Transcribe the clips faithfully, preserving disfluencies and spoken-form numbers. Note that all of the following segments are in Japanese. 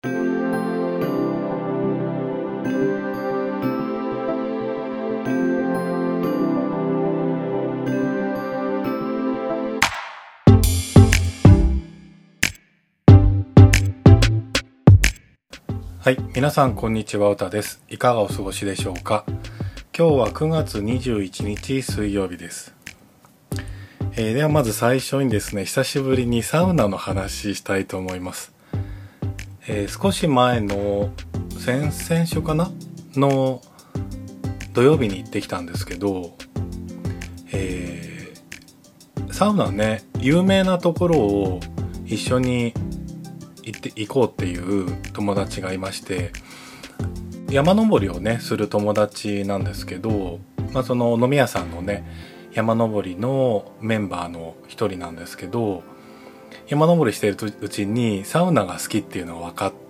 はい、皆さんこんにちは、うたです。いかがお過ごしでしょうか。今日はくがつにじゅういちにち水曜日です。えー、ではまず最初にですね、久しぶりにサウナの話したいと思います。えー、少し前の先々週かなの土曜日に行ってきたんですけど、えー、サウナね、有名なところを一緒に行って行こうっていう友達がいまして、山登りをねする友達なんですけど、まあ、その飲み屋さんのね山登りのメンバーの一人なんですけど、山登りしてるうちにサウナが好きっていうのが分かって、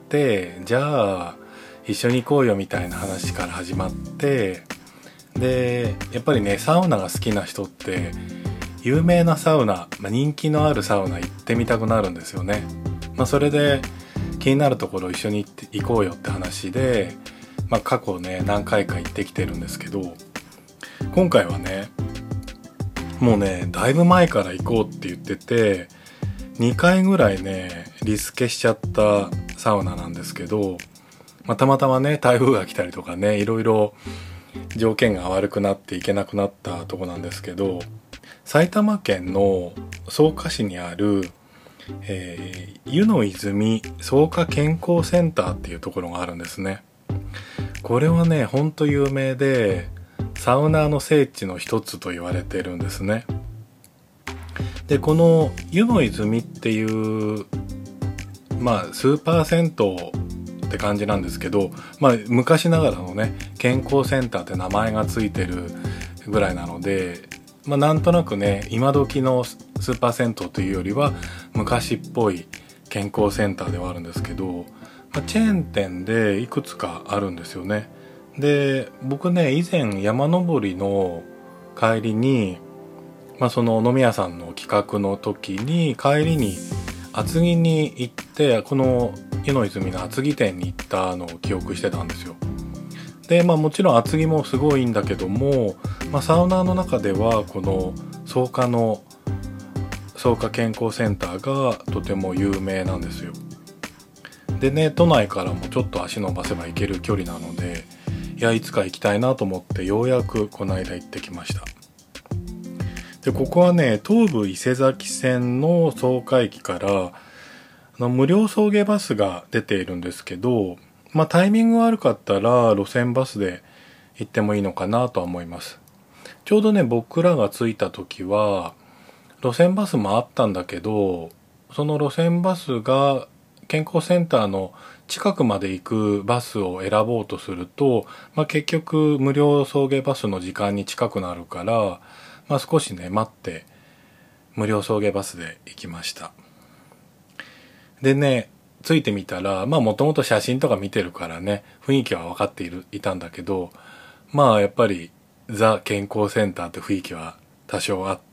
じゃあ一緒に行こうよみたいな話から始まって、でやっぱりねサウナが好きな人って有名なサウナ、まあ、人気のあるサウナ行ってみたくなるんですよね。まあ、それで気になるところ一緒に行って行こうよって話で、まあ、過去ね何回か行ってきてるんですけど、今回はねもうねだいぶ前から行こうって言っててにかいぐらいねリスケしちゃったサウナなんですけど、まあ、たまたまね台風が来たりとかねいろいろ条件が悪くなって行けなくなったとこなんですけど、埼玉県の草加市にあるえー、湯の泉草加健康センターっていうところがあるんですね。これはねほんと有名でサウナーの聖地の一つと言われてるんですね。でこの湯の泉っていうまあスーパー銭湯って感じなんですけど、まあ昔ながらのね健康センターって名前がついてるぐらいなので、まあなんとなくね今時のスーパー銭湯というよりは昔っぽい健康センターではあるんですけど、まあ、チェーン店でいくつかあるんですよね。で僕ね以前山登りの帰りに、まあ、その飲み屋さんの企画の時に帰りに厚木に行って、この湯の泉の厚木店に行ったのを記憶してたんですよ。でまあもちろん厚木もすごいんだけども、まあ、サウナーの中ではこの草加の草加健康センターがとても有名なんですよ。でね都内からもちょっと足伸ばせば行ける距離なので、いやいつか行きたいなと思ってようやくこの間行ってきました。でここはね東武伊勢崎線の草加駅からあの無料送迎バスが出ているんですけど、まあタイミング悪かったら路線バスで行ってもいいのかなとは思います。ちょうどね僕らが着いた時は路線バスもあったんだけど、その路線バスが健康センターの近くまで行くバスを選ぼうとすると、まあ、結局無料送迎バスの時間に近くなるから、まあ、少しね待って無料送迎バスで行きました。でね着いてみたら、まあもともと写真とか見てるからね雰囲気は分かっているいたんだけど、まあやっぱりザ健康センターって雰囲気は多少あって、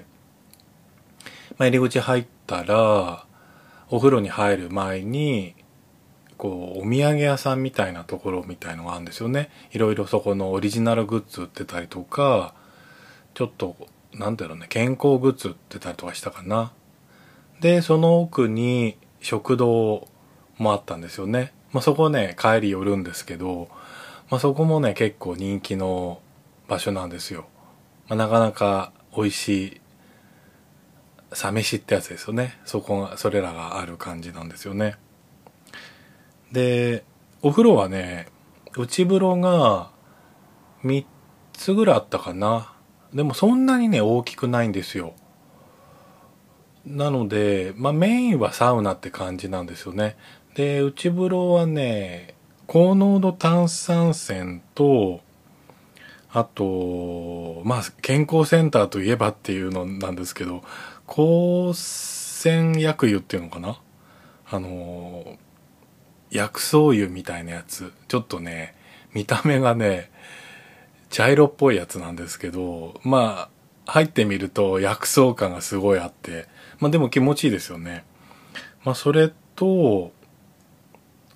まあ、入り口入ったらお風呂に入る前にこうお土産屋さんみたいなところみたいのがあるんですよね。いろいろそこのオリジナルグッズ売ってたりとか、ちょっとなんだろうね健康グッズ売ってたりとかしたかな。でその奥に食堂もあったんですよね。まあ、そこね帰り寄るんですけど、まあ、そこもね結構人気の場所なんですよ。まあ、なかなか美味しいサ飯ってやつですよね。そこがそれらがある感じなんですよね。でお風呂はね内風呂がみっつぐらいあったかな。でもそんなにね大きくないんですよ。なので、まあ、メインはサウナって感じなんですよね。で内風呂はね高濃度炭酸泉と、あとまあ健康センターといえばっていうのなんですけど、光泉薬湯っていうのかな、あの薬草湯みたいなやつ、ちょっとね見た目がね茶色っぽいやつなんですけど、まあ入ってみると薬草感がすごいあって、まあでも気持ちいいですよね。まあそれと、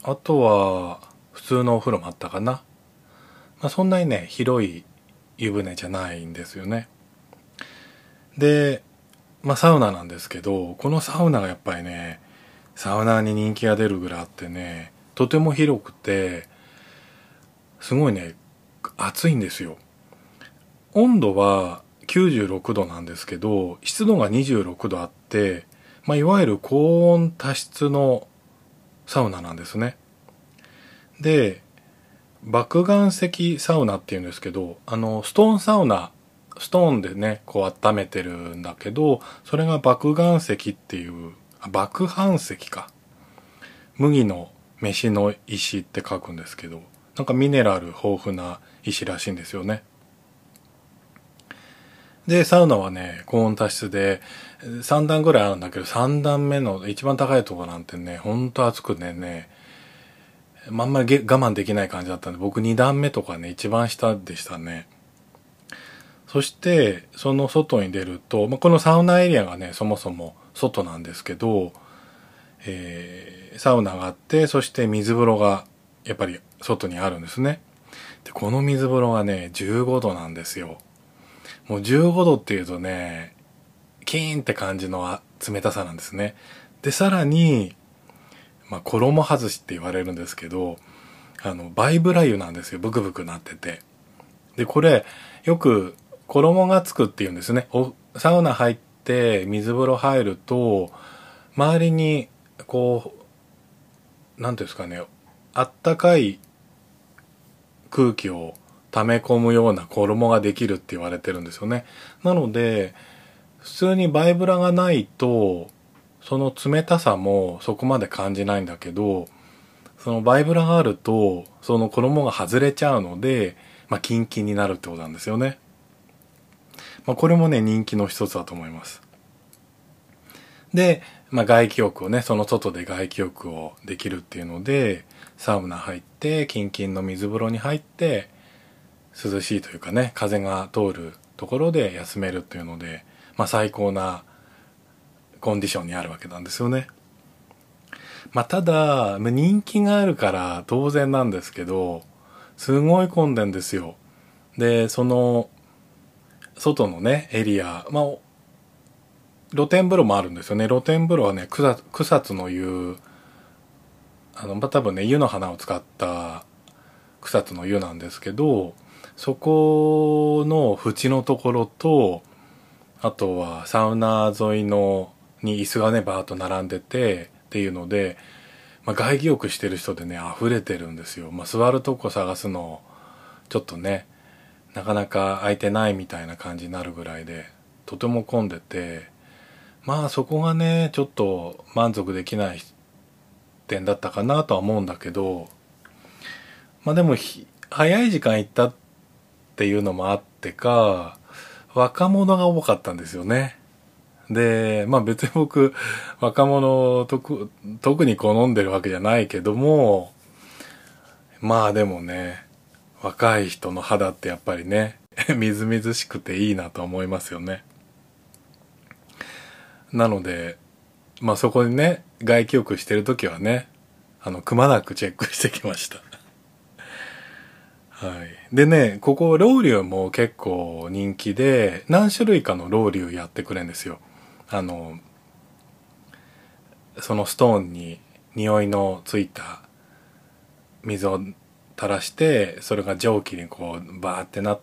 あとは普通のお風呂もあったかな。まあ、そんなにね広い湯船じゃないんですよね。で、まあサウナなんですけど、このサウナがやっぱりね、サウナーに人気が出るぐらいあってね、とても広くて、すごいね、暑いんですよ。温度はきゅうじゅうろくどなんですけど、湿度がにじゅうろくどあって、まあいわゆる高温多湿のサウナなんですね。で、爆岩石サウナっていうんですけど、あの、ストーンサウナ、ストーンでね、こう温めてるんだけど、それが爆岩石っていう、あ、爆飯石か。麦の飯の石って書くんですけど、なんかミネラル豊富な石らしいんですよね。で、サウナはね、高温多湿で、さんだんぐらいあるんだけど、さんだんめの一番高いところなんてね、ほんと暑くてね、まんまり我慢できない感じだったんで、僕にだんめとかね、一番下でしたね。そして、その外に出ると、まあ、このサウナエリアがね、そもそも外なんですけど、えー、サウナがあって、そして水風呂がやっぱり外にあるんですね。で、この水風呂がね、じゅうごどなんですよ。もうじゅうごどっていうとね、キーンって感じの冷たさなんですね。で、さらに、まあ、衣外しって言われるんですけど、あの、バイブラ湯なんですよ。ブクブクなってて。で、これ、よく衣がつくって言うんですね。お、サウナ入って水風呂入ると、周りに、こう、なんていうんですかね、あったかい空気を溜め込むような衣ができるって言われてるんですよね。なので、普通にバイブラがないと、その冷たさもそこまで感じないんだけど、そのバイブラがあると、その衣が外れちゃうので、まあ、キンキンになるってことなんですよね。まあ、これもね、人気の一つだと思います。で、まあ、外気浴をね、その外で外気浴をできるっていうので、サウナ入って、キンキンの水風呂に入って、涼しいというかね、風が通るところで休めるっていうので、まあ、最高なコンディションにあるわけなんですよね。まあ、ただ、人気があるから当然なんですけど、すごい混んでんですよ。で、その、外のね、エリア、まあ、露天風呂もあるんですよね。露天風呂はね、草草津の湯、あの、まあ、多分ね、湯の花を使った草津の湯なんですけど、そこの縁のところと、あとはサウナ沿いのに椅子がね、バーッと並んでてっていうので、まあ、外気浴してる人でね、溢れてるんですよ。まあ、座るとこ探すの、ちょっとね、なかなか空いてないみたいな感じになるぐらいで、とても混んでて、まあそこがね、ちょっと満足できない点だったかなとは思うんだけど、まあでも早い時間行ったっていうのもあってか、若者が多かったんですよね。で、まあ別に僕、若者を特、特に好んでるわけじゃないけども、まあでもね、若い人の肌ってやっぱりね、みずみずしくていいなと思いますよね。なので、まあそこにね、外気浴してるときはね、あの、くまなくチェックしてきました。はい。でね、ここ、ロウリュも結構人気で、何種類かのロウリュやってくれるんですよ。あの、そのストーンに匂いのついた水を垂らして、それが蒸気にこう、バーってなって、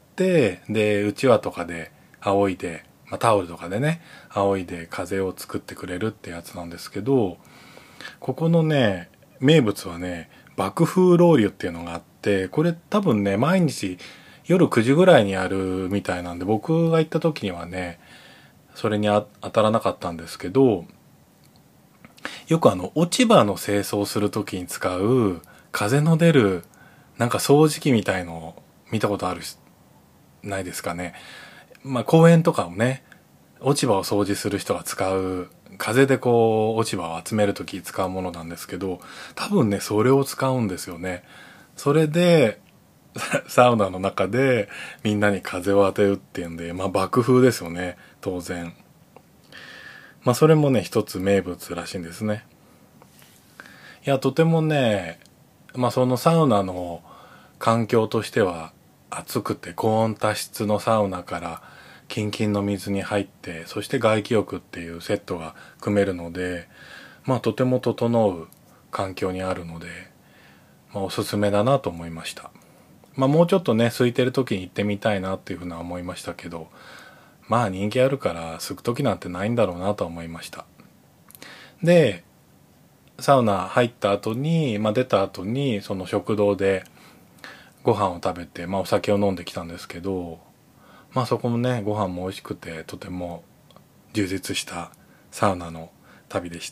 で、うちわとかで仰いで、まあ、タオルとかでね、仰いで風を作ってくれるってやつなんですけど、ここのね、名物はね、爆風ロウリュっていうのがあって、これ多分ね、毎日夜くじぐらいにやるみたいなんで、僕が行った時にはね、それに当たらなかったんですけど、よくあの、落ち葉の清掃する時に使う、風の出る、なんか掃除機みたいの見たことあるし、ないですかね。まあ公園とかをね、落ち葉を掃除する人が使う、風でこう落ち葉を集めるとき使うものなんですけど、多分ね、それを使うんですよね。それで、サウナの中でみんなに風を当てるっていうんで、まあ爆風ですよね、当然。まあそれもね、一つ名物らしいんですね。いや、とてもね、 まあそのサウナの環境としては暑くて高温多湿のサウナからキンキンの水に入って、そして外気浴っていうセットが組めるので、まあとても整う環境にあるので、まあおすすめだなと思いました。まあもうちょっとね空いてる時に行ってみたいなっていうふうな思いましたけど、まあ人気あるから空く時なんてないんだろうなと思いました。でサウナ入った後に、まあ、出た後にその食堂でご飯を食べて、まあ、お酒を飲んできたんですけど、まあそこもねご飯も美味しくてとても充実したサウナの旅でした。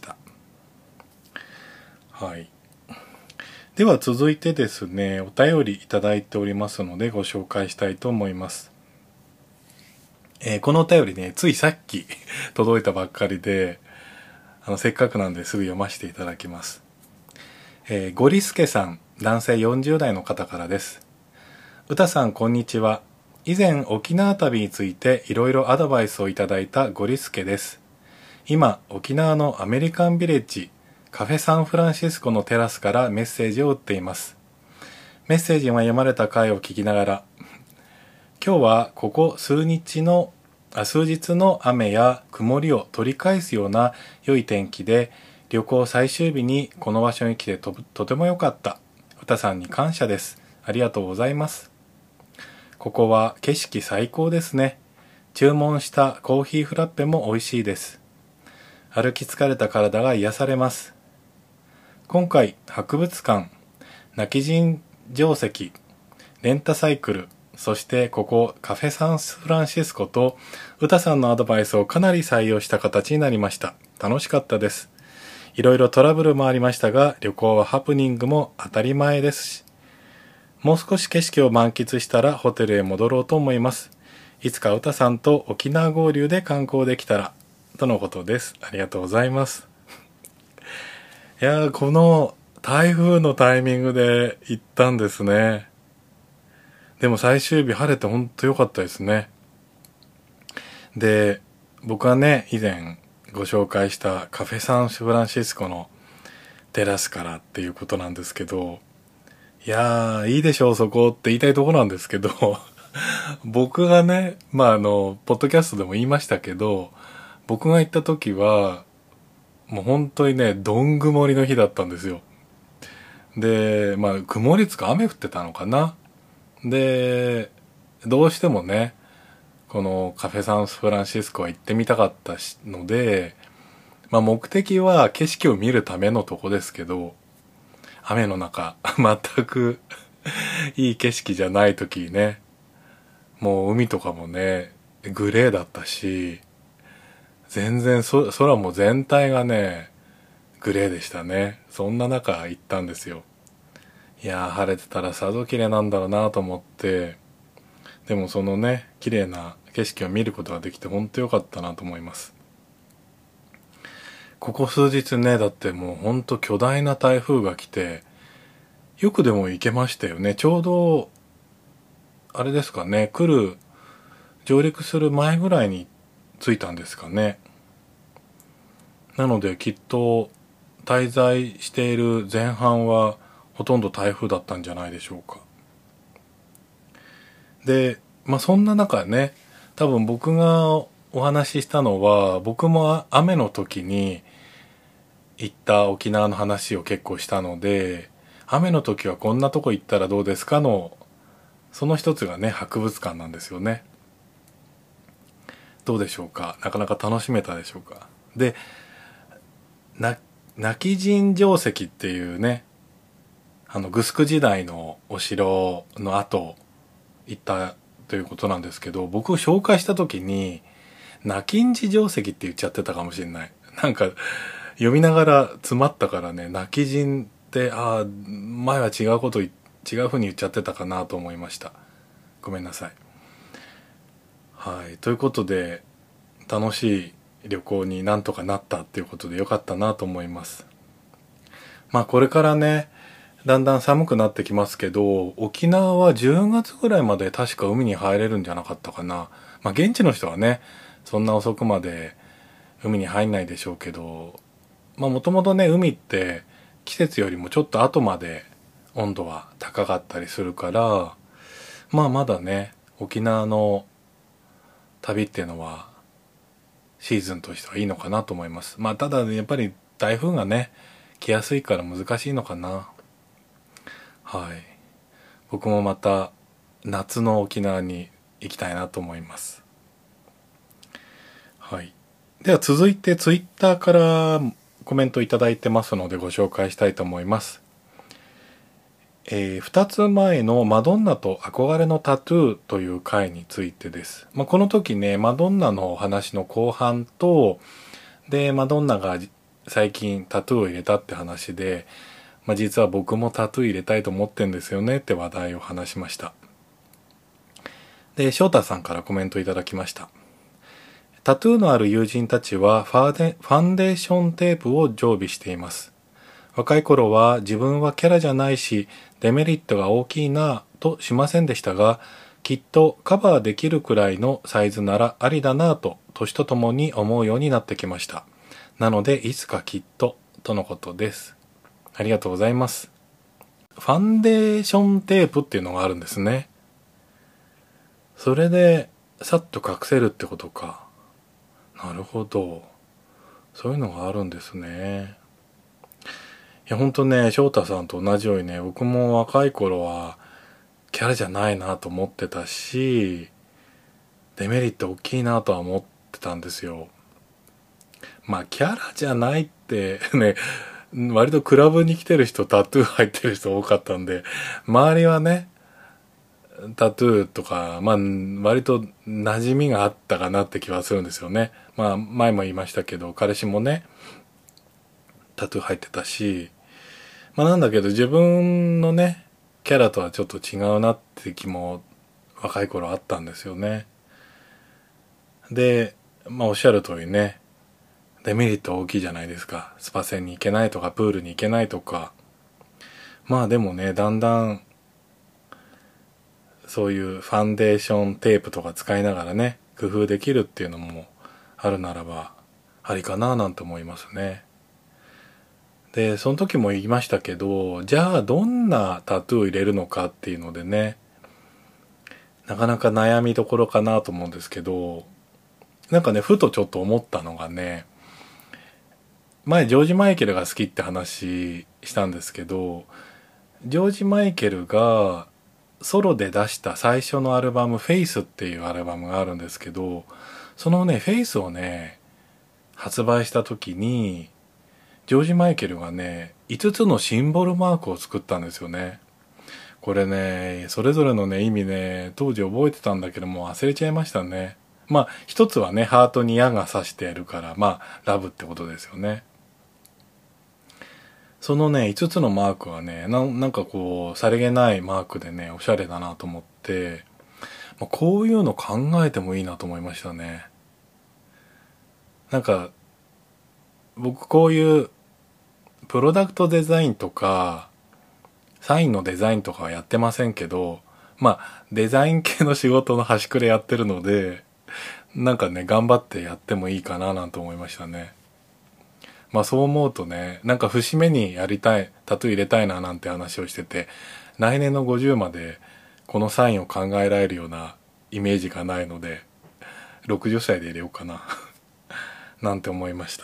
はい。では続いてですね、お便りいただいておりますのでご紹介したいと思います。えー、このお便りね、ついさっき届いたばっかりで、あのせっかくなんですぐ読ませていただきます。えー、ゴリスケさん、男性よんじゅう代の方からです。うたさんこんにちは。以前沖縄旅についていろいろアドバイスをいただいたゴリスケです。今沖縄のアメリカンビレッジカフェサンフランシスコのテラスからメッセージを打っています。メッセージが読まれた回を聞きながら、今日はここ数日の数日の雨や曇りを取り返すような良い天気で、旅行最終日にこの場所に来て と, とても良かった。うたさんに感謝です。ありがとうございます。ここは景色最高ですね。注文したコーヒーフラッペも美味しいです。歩き疲れた体が癒されます。今回博物館、泣き人定石、レンタサイクル、そしてここカフェサンフランシスコとうたさんのアドバイスをかなり採用した形になりました。楽しかったです。いろいろトラブルもありましたが、旅行はハプニングも当たり前ですし、もう少し景色を満喫したらホテルへ戻ろうと思います。いつかうたさんと沖縄合流で観光できたらとのことです。ありがとうございます。いやー、この台風のタイミングで行ったんですね。でも最終日晴れてほんと良かったですね。で、僕はね、以前ご紹介したカフェサンフランシスコのテラスからっていうことなんですけど、いやー、いいでしょう、そこって言いたいところなんですけど、僕がね、まああの、ポッドキャストでも言いましたけど、僕が行った時は、もう本当にね、どん曇りの日だったんですよ。で、まあ、曇りつか雨降ってたのかな。で、どうしてもね、このカフェサンフランシスコは行ってみたかったので、まあ目的は景色を見るためのとこですけど、雨の中、全くいい景色じゃない時にね、もう海とかもね、グレーだったし、全然そ空も全体がね、グレーでしたね。そんな中行ったんですよ。いやー、晴れてたらさぞ綺麗なんだろうなと思って、でもそのね、綺麗な景色を見ることができて本当良かったなと思います。ここ数日ね、だってもう本当巨大な台風が来て、よくでも行けましたよね。ちょうど、あれですかね、来る、上陸する前ぐらいに着いたんですかね。なのできっと滞在している前半はほとんど台風だったんじゃないでしょうか。で、まあそんな中ね、多分僕がお話ししたのは、僕も雨の時に行った沖縄の話を結構したので、雨の時はこんなとこ行ったらどうですかの、その一つがね、博物館なんですよね。どうでしょうか。なかなか楽しめたでしょうか。で、な、泣き人定石っていうね、あの、グスク時代のお城の後、行ったということなんですけど、僕紹介した時に、泣きんじ定石って言っちゃってたかもしれない。なんか、読みながら詰まったからね、泣き人って、ああ、前は違うこと、違う風に言っちゃってたかなと思いました。ごめんなさい。はい。ということで、楽しい旅行になんとかなったっていうことでよかったなと思います。まあこれからね、だんだん寒くなってきますけど、沖縄はじゅうがつぐらいまで確か海に入れるんじゃなかったかな。まあ現地の人はね、そんな遅くまで海に入んないでしょうけど、まあもともとね、海って季節よりもちょっと後まで温度は高かったりするから、まあまだね、沖縄の旅っていうのはシーズンとしてはいいのかなと思います。まあただやっぱり台風がね、来やすいから難しいのかな。はい。僕もまた夏の沖縄に行きたいなと思います。はい。では続いてツイッターからコメントいただいてますのでご紹介したいと思います。えー、ふたつまえのマドンナと憧れのタトゥーという回についてです。まあ、この時ね、マドンナのお話の後半と、で、マドンナが最近タトゥーを入れたって話で、まあ、実は僕もタトゥー入れたいと思ってんですよねって話題を話しました。で、翔太さんからコメントいただきました。タトゥーのある友人たちはファデファンデーションテープを常備しています。若い頃は自分はキャラじゃないしデメリットが大きいなぁとしませんでしたが、きっとカバーできるくらいのサイズならありだなぁと年とともに思うようになってきました。なのでいつかきっととのことです。ありがとうございます。ファンデーションテープっていうのがあるんですね。それでさっと隠せるってことか。なるほど。そういうのがあるんですね。いや、ほんとね、翔太さんと同じようにね、僕も若い頃はキャラじゃないなと思ってたし、デメリット大きいなとは思ってたんですよ。まあ、キャラじゃないってね、割とクラブに来てる人、タトゥー入ってる人多かったんで、周りはね、タトゥーとか、まあ、割と馴染みがあったかなって気はするんですよね。まあ、前も言いましたけど、彼氏もね、タトゥー入ってたし、まあなんだけど自分のね、キャラとはちょっと違うなって気も若い頃あったんですよね。で、まあおっしゃる通りね、デメリット大きいじゃないですか。スパ船に行けないとか、プールに行けないとか。まあでもね、だんだんそういうファンデーションテープとか使いながらね、工夫できるっていうのもあるならば、ありかななんて思いますね。で、その時も言いましたけど、じゃあどんなタトゥーを入れるのかっていうのでね、なかなか悩みどころかなと思うんですけど、なんかね、ふとちょっと思ったのがね、前ジョージ・マイケルが好きって話したんですけど、ジョージ・マイケルがソロで出した最初のアルバム、フェイスっていうアルバムがあるんですけど、そのね、フェイスをね、発売した時に、ジョージ・マイケルがね、いつつのシンボルマークを作ったんですよね。これね、それぞれのね、意味ね、当時覚えてたんだけども忘れちゃいましたね。まあ、一つはね、ハートに矢が刺してやるから、まあ、ラブってことですよね。そのね、いつつのマークはね、ななんかこう、さりげないマークでね、おしゃれだなと思って、まあ、こういうの考えてもいいなと思いましたね。なんか、僕こういう、プロダクトデザインとか、サインのデザインとかはやってませんけど、まあ、デザイン系の仕事の端くれやってるので、なんかね、頑張ってやってもいいかななんて思いましたね。まあそう思うとね、なんか節目にやりたい、タトゥー入れたいななんて話をしてて、来年のごじゅうまでこのサインを考えられるようなイメージがないので、ろくじゅっさいで入れようかななんて思いました。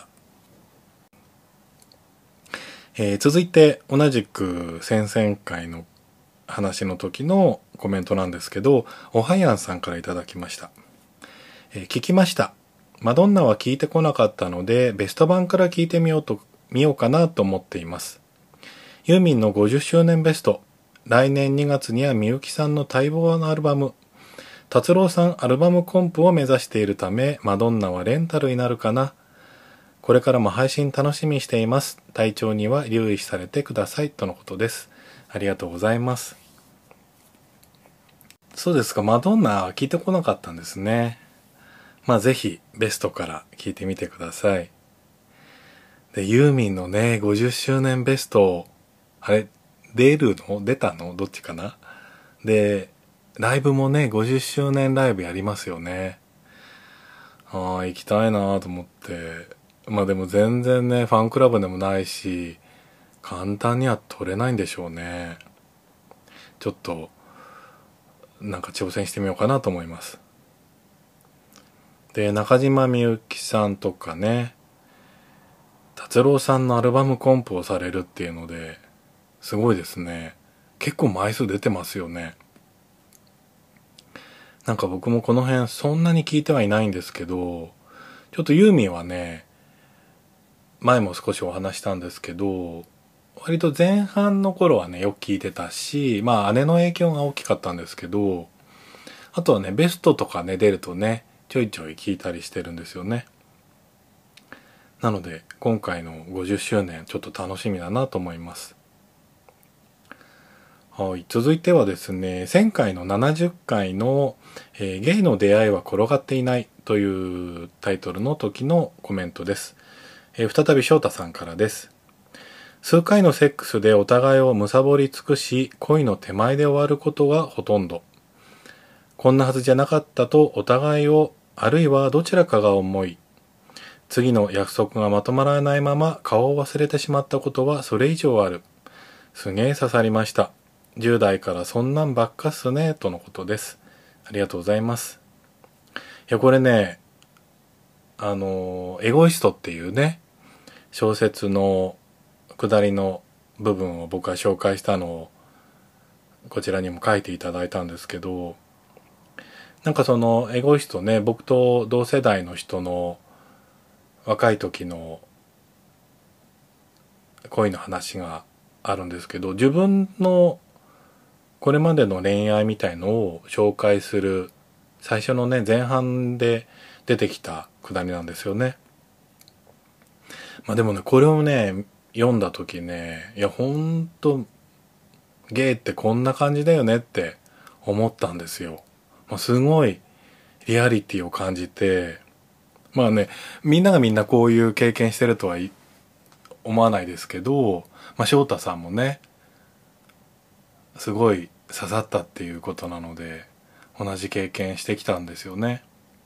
えー、続いて同じく先々回の話の時のコメントなんですけど、おはやんさんからいただきました。えー、聞きました。マドンナは聞いてこなかったので、ベスト版から聞いてみようと、見ようかなと思っています。ユーミンのごじゅっしゅうねんベスト。来年にがつにはみゆきさんの待望のアルバム。達郎さんアルバムコンプを目指しているため、マドンナはレンタルになるかな。これからも配信楽しみにしています。体調には留意されてください。とのことです。ありがとうございます。そうですか、マドンナは聞いてこなかったんですね。まあぜひベストから聞いてみてください。で、ユーミンのね、ごじゅっしゅうねんベスト、あれ、出るの出たのどっちかな。で、ライブもね、ごじゅっしゅうねんライブやりますよね。ああ、行きたいなと思って。まあでも全然ね、ファンクラブでもないし、簡単には取れないんでしょうね。 ちょっとなんか挑戦してみようかなと思います。で、中島みゆきさんとかね、達郎さんのアルバムコンプをされるっていうので、すごいですね。結構枚数出てますよね。なんか僕もこの辺そんなに聞いてはいないんですけど、ちょっとユーミンはね、前も少しお話したんですけど、割と前半の頃はね、よく聞いてたし、まあ姉の影響が大きかったんですけど、あとはね、ベストとかね、出るとね、ちょいちょい聞いたりしてるんですよね。なので、今回のごじゅっしゅうねん、ちょっと楽しみだなと思います。はい。続いてはですね、前回のななじゅっかいの、えー、ゲイの出会いは転がっていないというタイトルの時のコメントです。えー、再び翔太さんからです。数回のセックスでお互いを貪り尽くし、恋の手前で終わることがほとんど。こんなはずじゃなかったとお互いを、あるいはどちらかが思い、次の約束がまとまらないまま顔を忘れてしまったことはそれ以上ある。すげえ刺さりました。じゅう代からそんなんばっかっすね、とのことです。ありがとうございます。いや、これね、あの、エゴイストっていうね、小説の下りの部分を僕は紹介したのを、こちらにも書いていただいたんですけど、なんかそのエゴイストね、僕と同世代の人の若い時の恋の話があるんですけど、自分のこれまでの恋愛みたいのを紹介する最初のね、前半で出てきたくだりなんですよね。まあでもね、これをね、読んだ時ね、いやほんとゲイってこんな感じだよねって思ったんですよ。まあ、すごいリアリティを感じて、まあね、みんながみんなこういう経験してるとは思わないですけど、まあ翔太さんもね、すごい刺さったっていうことなので、同じ経験してきたんですよね。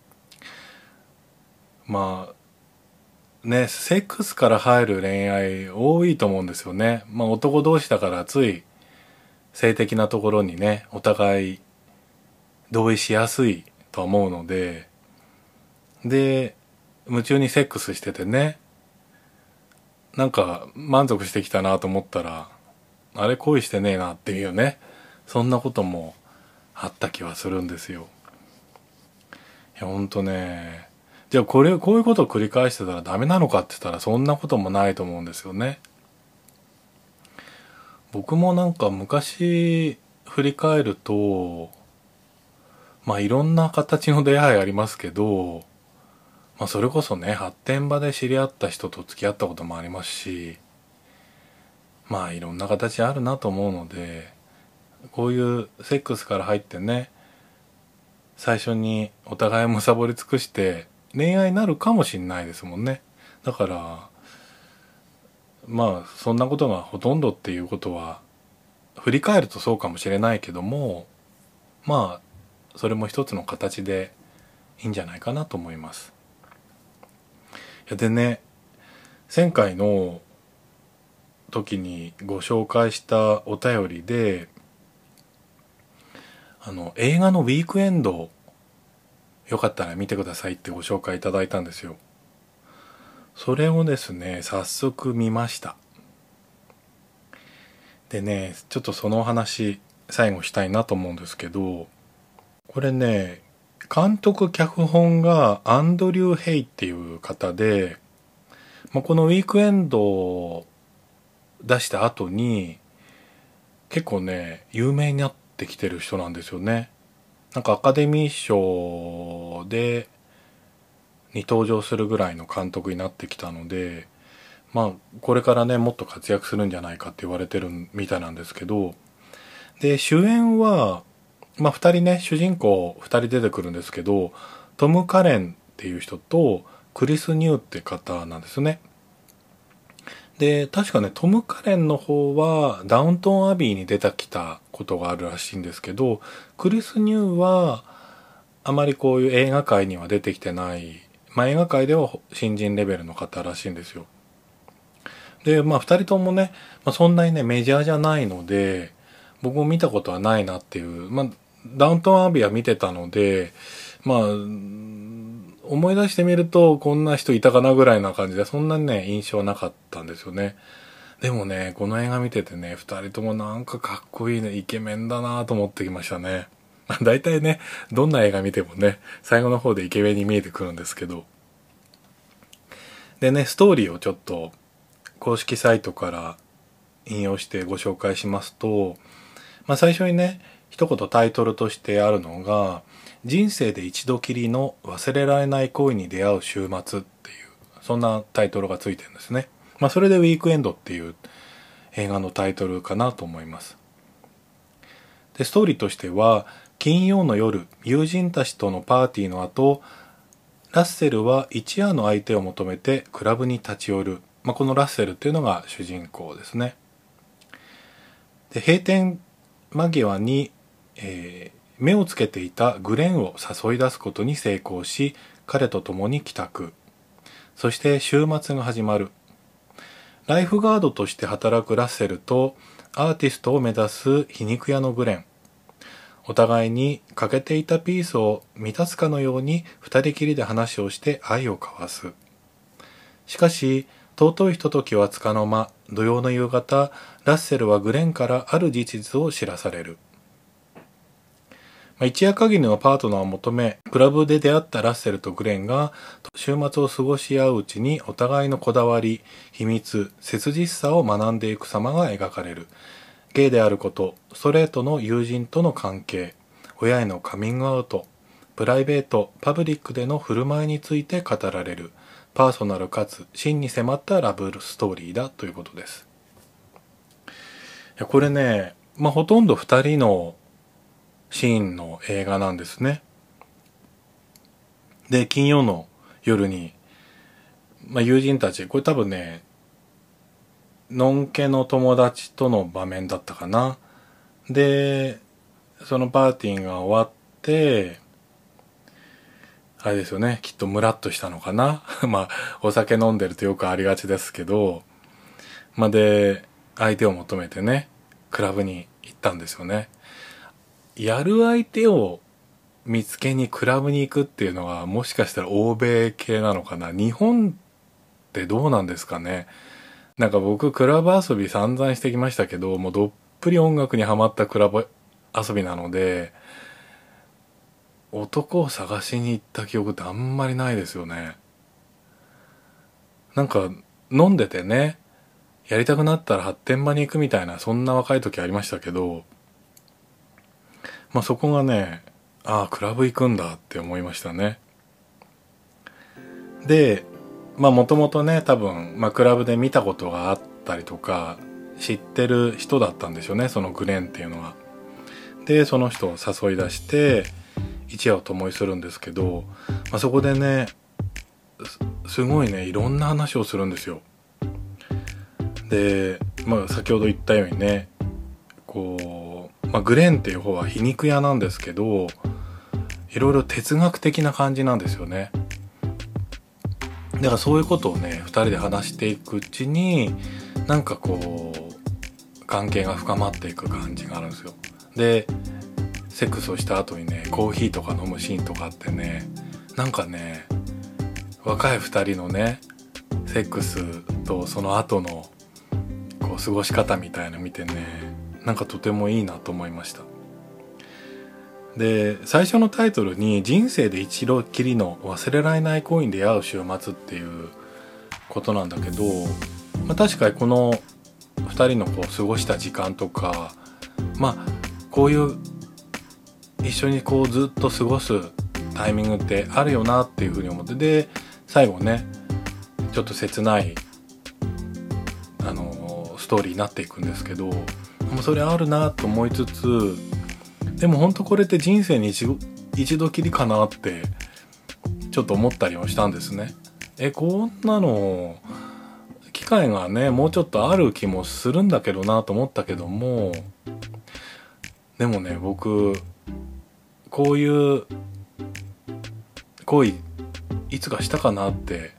まあね、セックスから入る恋愛多いと思うんですよね。まあ男同士だからつい性的なところにね、お互い同意しやすいと思うので、で、夢中にセックスしててね、なんか満足してきたなと思ったら、あれ恋してねえなっていうね、そんなこともあった気はするんですよ。いやほんとね、じゃあこれこういうことを繰り返してたらダメなのかって言ったらそんなこともないと思うんですよね。僕もなんか昔振り返ると、まあいろんな形の出会いありますけど、まあそれこそね、発展場で知り合った人と付き合ったこともありますし、まあいろんな形あるなと思うので、こういうセックスから入ってね、最初にお互いもサボり尽くして恋愛になるかもしんないですもんね。だからまあそんなことがほとんどっていうことは振り返るとそうかもしれないけども、まあそれも一つの形でいいんじゃないかなと思います。いやでね、前回の時にご紹介したお便りで、あの映画のウィークエンドよかったら見てくださいってご紹介いただいたんですよ。それをですね、早速見ました。でね、ちょっとそのお話最後したいなと思うんですけど、これね、監督脚本がアンドリュー・ヘイっていう方で、まあ、このウィークエンドを出した後に結構ね有名になってきてる人なんですよね。なんかアカデミー賞でに登場するぐらいの監督になってきたので、まあこれからねもっと活躍するんじゃないかって言われてるみたいなんですけど、で主演はまあふたりね、主人公ふたり出てくるんですけど、トム・カレンっていう人とクリス・ニューって方なんですね。で確かね、トム・カレンの方はダウントン・アビーに出てきたことがあるらしいんですけど、クリス・ニューはあまりこういう映画界には出てきてない、まあ映画界では新人レベルの方らしいんですよ。でまあふたりともね、まあ、そんなにねメジャーじゃないので、 僕も見たことはないなっていう、まあダウンタウンアビーは見てたので、まあ思い出してみるとこんな人いたかなぐらいな感じで、そんなにね印象なかったんですよね。でもね、この映画見ててね、二人ともなんかかっこいいね、イケメンだなと思ってきましたね。まあ大体ね、どんな映画見てもね、最後の方でイケメンに見えてくるんですけど。でね、ストーリーをちょっと公式サイトから引用してご紹介しますと、まあ最初にね、一言タイトルとしてあるのが、人生で一度きりの忘れられない恋に出会う週末っていう、そんなタイトルがついてるんですね。まあそれでウィークエンドっていう映画のタイトルかなと思います。で、ストーリーとしては、金曜の夜、友人たちとのパーティーの後、ラッセルは一夜の相手を求めてクラブに立ち寄る。まあ、このラッセルっていうのが主人公ですね。で、閉店間際に、えー目をつけていたグレンを誘い出すことに成功し、彼と共に帰宅。そして週末が始まる。ライフガードとして働くラッセルとアーティストを目指す皮肉屋のグレン。お互いに欠けていたピースを満たすかのように二人きりで話をして愛を交わす。しかし、尊いひとときはつかの間、土曜の夕方、ラッセルはグレンからある事実を知らされる。一夜限りのパートナーを求め、クラブで出会ったラッセルとグレンが週末を過ごし合ううちにお互いのこだわり、秘密、切実さを学んでいく様が描かれる。ゲイであること、ストレートの友人との関係、親へのカミングアウト、プライベート、パブリックでの振る舞いについて語られる、パーソナルかつ真に迫ったラブストーリーだということです。いや、これね、まあ、ほとんど二人のシーンの映画なんですね。で、金曜の夜に、まあ、友人たち、これ多分ね、のんけの友達との場面だったかな。で、そのパーティーが終わって、あれですよね、きっとムラっとしたのかな。まあ、お酒飲んでるとよくありがちですけど、まあ、で、相手を求めてね、クラブに行ったんですよね。やる相手を見つけにクラブに行くっていうのはもしかしたら欧米系なのかな。日本ってどうなんですかね。なんか僕クラブ遊び散々してきましたけど、もうどっぷり音楽にハマったクラブ遊びなので、男を探しに行った記憶ってあんまりないですよね。なんか飲んでてね、やりたくなったら発展場に行くみたいな、そんな若い時ありましたけど、まあそこがね、ああクラブ行くんだって思いましたね。で、まあもともとね、多分、まあクラブで見たことがあったりとか、知ってる人だったんでしょうね、そのグレンっていうのは。で、その人を誘い出して、一夜を共にするんですけど、まあ、そこでね、す、すごいね、いろんな話をするんですよ。で、まあ先ほど言ったようにね、こう、まあグレンっていう方は皮肉屋なんですけど、いろいろ哲学的な感じなんですよね。だからそういうことをね、二人で話していくうちに、なんかこう、関係が深まっていく感じがあるんですよ。で、セックスをした後にね、コーヒーとか飲むシーンとかってね、なんかね、若い二人のね、セックスとその後のこう過ごし方みたいなの見てね、なんかとてもいいなと思いました。で、最初のタイトルに人生で一度きりの忘れられない恋に出会う週末っていうことなんだけど、まあ、確かにこの二人のこう過ごした時間とか、まあこういう一緒にこうずっと過ごすタイミングってあるよなっていうふうに思って、で最後ねちょっと切ないあのストーリーになっていくんですけど、もうそれあるなと思いつつ、でも本当これって人生に一度、一度きりかなってちょっと思ったりもしたんですね。え、こんなの機会がねもうちょっとある気もするんだけどなと思ったけども、でもね僕こういう恋いつかしたかなって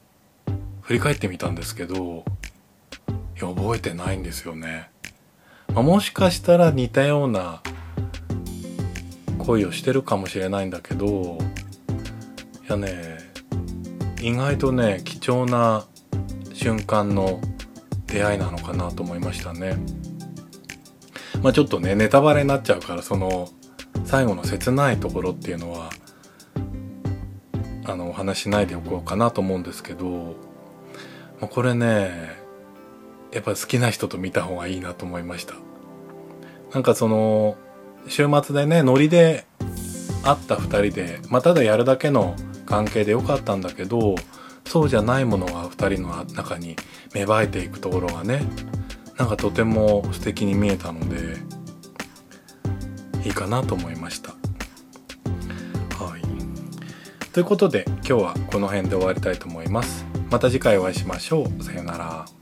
振り返ってみたんですけど、いや覚えてないんですよね。 まあ、もしかしたら似たような恋をしてるかもしれないんだけど、いやね、意外とね貴重な瞬間の出会いなのかなと思いましたね。まあちょっとねネタバレになっちゃうから、その最後の切ないところっていうのはあのお話しないでおこうかなと思うんですけど、まあ、これねやっぱ好きな人と見た方がいいなと思いました。なんかその週末でねノリで会ったふたりで、まあ、ただやるだけの関係でよかったんだけど、そうじゃないものがふたりの中に芽生えていくところがね、なんかとても素敵に見えたのでいいかなと思いました。はい、ということで今日はこの辺で終わりたいと思います。また次回お会いしましょう。さよなら。